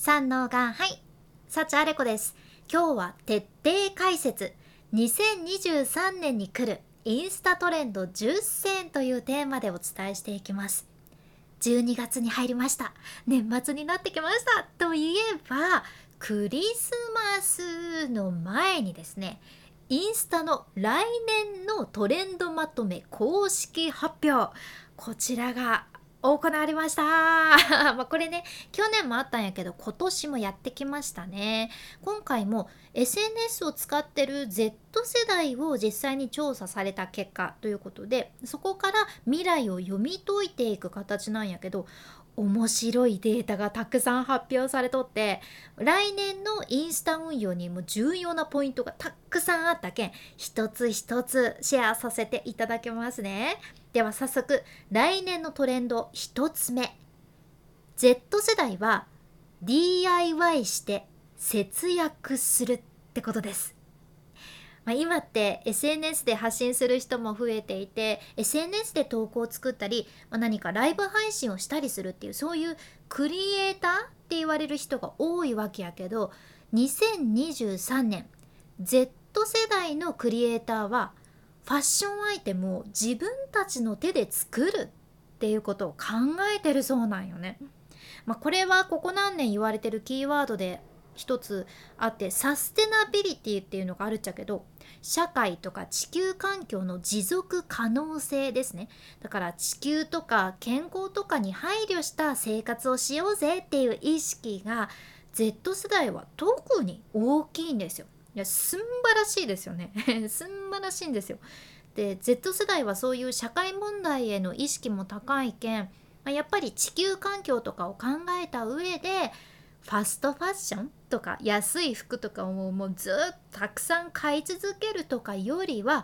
三能がはい、幸あれ子です。今日は徹底解説。2023年に来るインスタトレンド10選というテーマでお伝えしていきます。12月に入りました。年末になってきました。といえば、クリスマスの前にですね、インスタの来年のトレンドまとめ公式発表。こちらが行われました。これね、去年もあったんやけど、今年もやってきましたね。今回も SNS を使ってる Z 世代を実際に調査された結果ということで、そこから未来を読み解いていく形なんやけど、面白いデータがたくさん発表されとって、来年のインスタ運用にも重要なポイントがたくさんあったけん、一つ一つシェアさせていただきますね。では早速、来年のトレンド一つ目。Z 世代は DIY して節約するってことです。今って SNS で発信する人も増えていて、 SNS で投稿を作ったり、何かライブ配信をしたりするっていう、そういうクリエイターって言われる人が多いわけやけど、2023年 Z 世代のクリエイターはファッションアイテムを自分たちの手で作るっていうことを考えてるそうなんよね。これはここ何年言われてるキーワードで一つあって、サステナビリティっていうのがあるっちゃけど、社会とか地球環境の持続可能性ですね。だから地球とか健康とかに配慮した生活をしようぜっていう意識が Z 世代は特に大きいんですよ。いや、すんばらしいですよね。すんばらしいんですよ。で Z 世代はそういう社会問題への意識も高いけん、やっぱり地球環境とかを考えた上で、ファストファッションとか安い服とかをもうずっとたくさん買い続けるとかよりは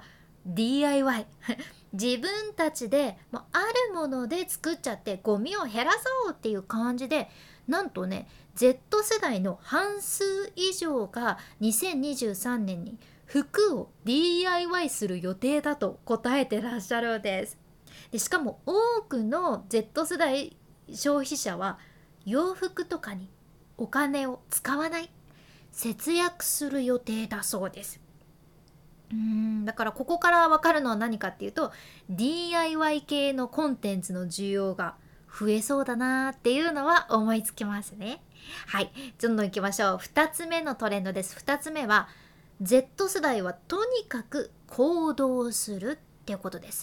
DIY 自分たちでもうあるもので作っちゃってゴミを減らそうっていう感じで、なんとね Z 世代の半数以上が2023年に服を DIY する予定だと答えてらっしゃるんです。でしかも多くの Z 世代消費者は洋服とかにお金を使わない、節約する予定だそうです。だからここから分かるのは何かっていうと、 DIY 系のコンテンツの需要が増えそうだなっていうのは思いつきますね。はい、どんどんいきましょう。2つ目のトレンドです。2つ目は Z 世代はとにかく行動するっていうことです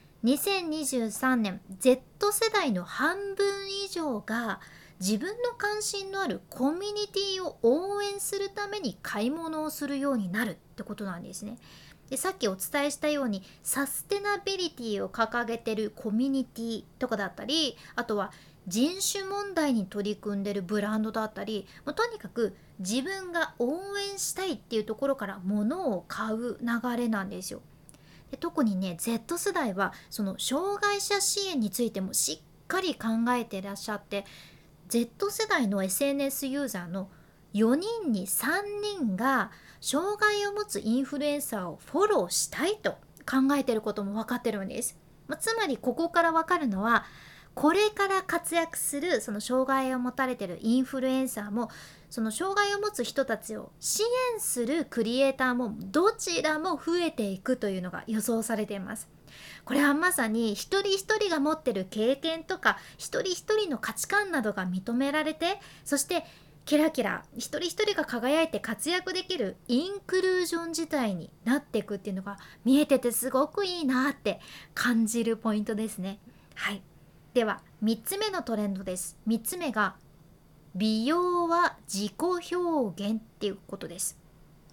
。2023年 Z 世代の半分以上が自分の関心のあるコミュニティを応援するために買い物をするようになるってことなんですね。でさっきお伝えしたようにサステナビリティを掲げてるコミュニティとかだったり、あとは人種問題に取り組んでるブランドだったり、もうとにかく自分が応援したいっていうところから物を買う流れなんですよ。で特にね Z 世代はその障害者支援についてもしっかり考えていらっしゃって、 Z 世代の SNS ユーザーの4人に3人が障害を持つインフルエンサーをフォローしたいと考えていることも分かってるんです。つまりここから分かるのは、これから活躍するその障害を持たれているインフルエンサーも、その障害を持つ人たちを支援するクリエイターもどちらも増えていくというのが予想されています。これはまさに一人一人が持ってる経験とか一人一人の価値観などが認められて、そしてキラキラ一人一人が輝いて活躍できるインクルージョン自体になっていくっていうのが見えててすごくいいなって感じるポイントですね。はい、では3つ目のトレンドです。3つ目が美容は自己表現っていうことです。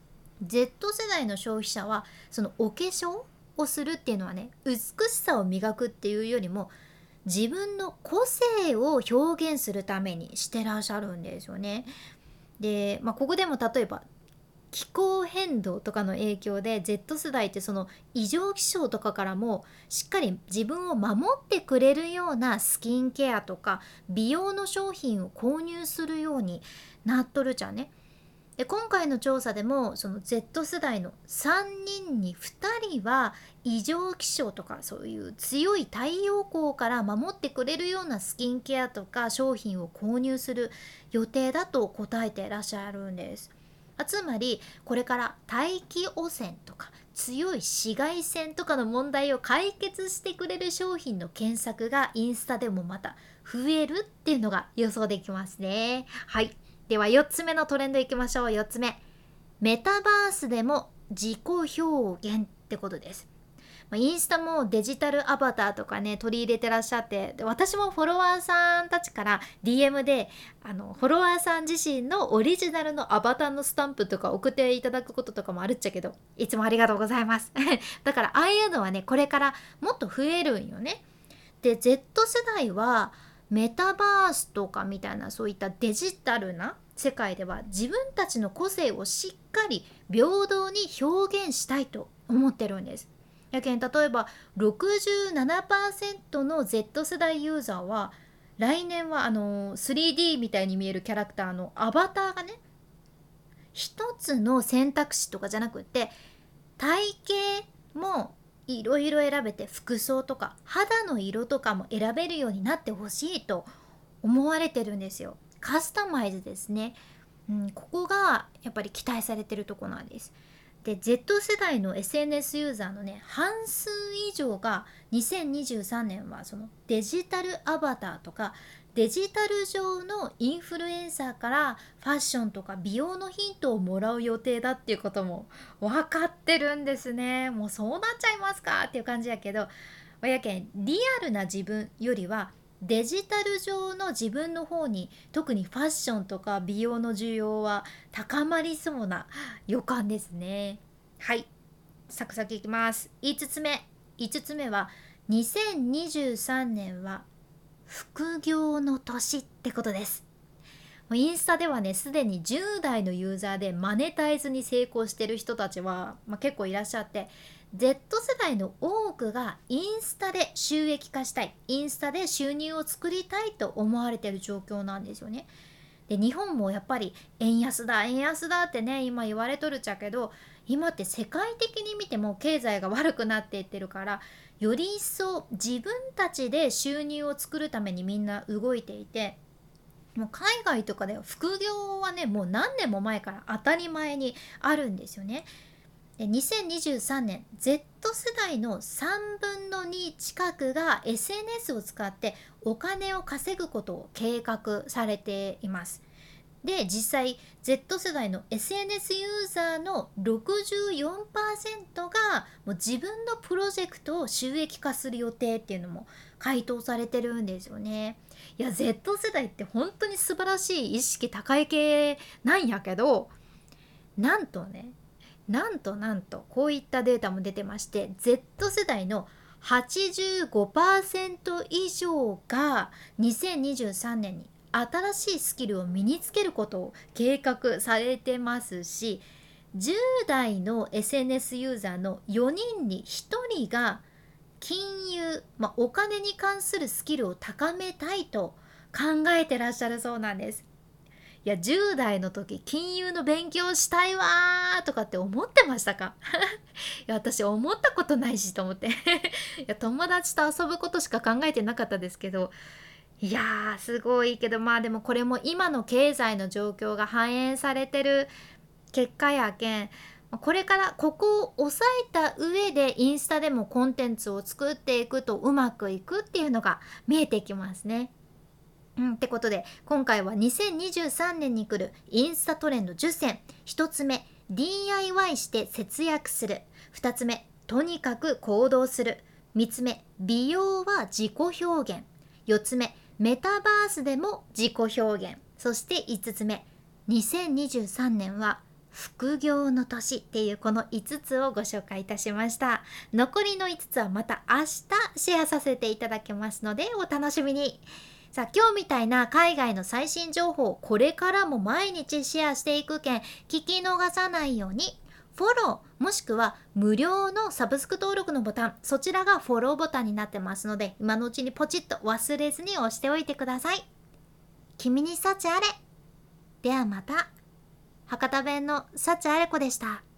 Z 世代の消費者はそのお化粧をするっていうのはね、美しさを磨くっていうよりも自分の個性を表現するためにしてらっしゃるんですよね。で、ここでも例えば気候変動とかの影響で Z 世代ってその異常気象とかからもしっかり自分を守ってくれるようなスキンケアとか美容の商品を購入するようになっとるじゃんね。 で今回の調査でもその Z 世代の3人に2人は異常気象とかそういう強い太陽光から守ってくれるようなスキンケアとか商品を購入する予定だと答えてらっしゃるんです。つまりこれから大気汚染とか強い紫外線とかの問題を解決してくれる商品の検索がインスタでもまた増えるっていうのが予想できますね。はい、では4つ目のトレンドいきましょう。4つ目、メタバースでも自己表現ってことです。インスタもデジタルアバターとかね取り入れてらっしゃって、で私もフォロワーさんたちから DM でフォロワーさん自身のオリジナルのアバターのスタンプとか送っていただくこととかもあるっちゃけど、いつもありがとうございますだからああいうのはねこれからもっと増えるんよね。で Z 世代はメタバースとかみたいなそういったデジタルな世界では自分たちの個性をしっかり平等に表現したいと思ってるんです。やけん例えば 67% の Z 世代ユーザーは来年は3D みたいに見えるキャラクターのアバターがね一つの選択肢とかじゃなくって体型もいろいろ選べて服装とか肌の色とかも選べるようになってほしいと思われてるんですよ。カスタマイズですね。ここがやっぱり期待されてるとこなんです。で Z 世代の SNS ユーザーのね半数以上が2023年はそのデジタルアバターとかデジタル上のインフルエンサーからファッションとか美容のヒントをもらう予定だっていうことも分かってるんですね。もうそうなっちゃいますかっていう感じやけど、やけんリアルな自分よりはデジタル上の自分の方に特にファッションとか美容の需要は高まりそうな予感ですね。はい、サクサクいきます。5つ目は2023年は副業の年ってことです。インスタではねすでに10代のユーザーでマネタイズに成功してる人たちは、結構いらっしゃって、 Z 世代の多くがインスタで収益化したい、インスタで収入を作りたいと思われてる状況なんですよね。で日本もやっぱり円安だ円安だってね今言われとるっちゃけど、今って世界的に見ても経済が悪くなっていってるから、より一層自分たちで収入を作るためにみんな動いていて、もう海外とかでは副業はねもう何年も前から当たり前にあるんですよね。で2023年 Z 世代の3分の2近くが SNS を使ってお金を稼ぐことを計画されています。で実際 Z 世代の SNS ユーザーの 64% がもう自分のプロジェクトを収益化する予定っていうのも回答されてるんですよね。いや Z 世代って本当に素晴らしい意識高い系なんやけど、なんとこういったデータも出てまして、 Z 世代の 85% 以上が2023年に新しいスキルを身につけることを計画されてますし、10代の SNS ユーザーの4人に1人が金融、お金に関するスキルを高めたいと考えてらっしゃるそうなんです。いや10代の時金融の勉強したいわーとかって思ってましたかいや私思ったことないしと思っていや友達と遊ぶことしか考えてなかったですけど、いやーすごいけど、でもこれも今の経済の状況が反映されてる結果やけん、これからここを抑えた上でインスタでもコンテンツを作っていくとうまくいくっていうのが見えてきますね。ってことで今回は2023年に来るインスタトレンド10選。1つ目 DIY して節約する、2つ目とにかく行動する、3つ目美容は自己表現、4つ目メタバースでも自己表現、そして5つ目2023年は副業の年っていうこの5つをご紹介いたしました。残りの5つはまた明日シェアさせていただきますのでお楽しみに。さあ今日みたいな海外の最新情報をこれからも毎日シェアしていくけん聞き逃さないようにフォローもしくは無料のサブスク登録のボタン、そちらがフォローボタンになってますので今のうちにポチッと忘れずに押しておいてください。君に幸あれ。ではまた。 博多弁の幸あれ子でした。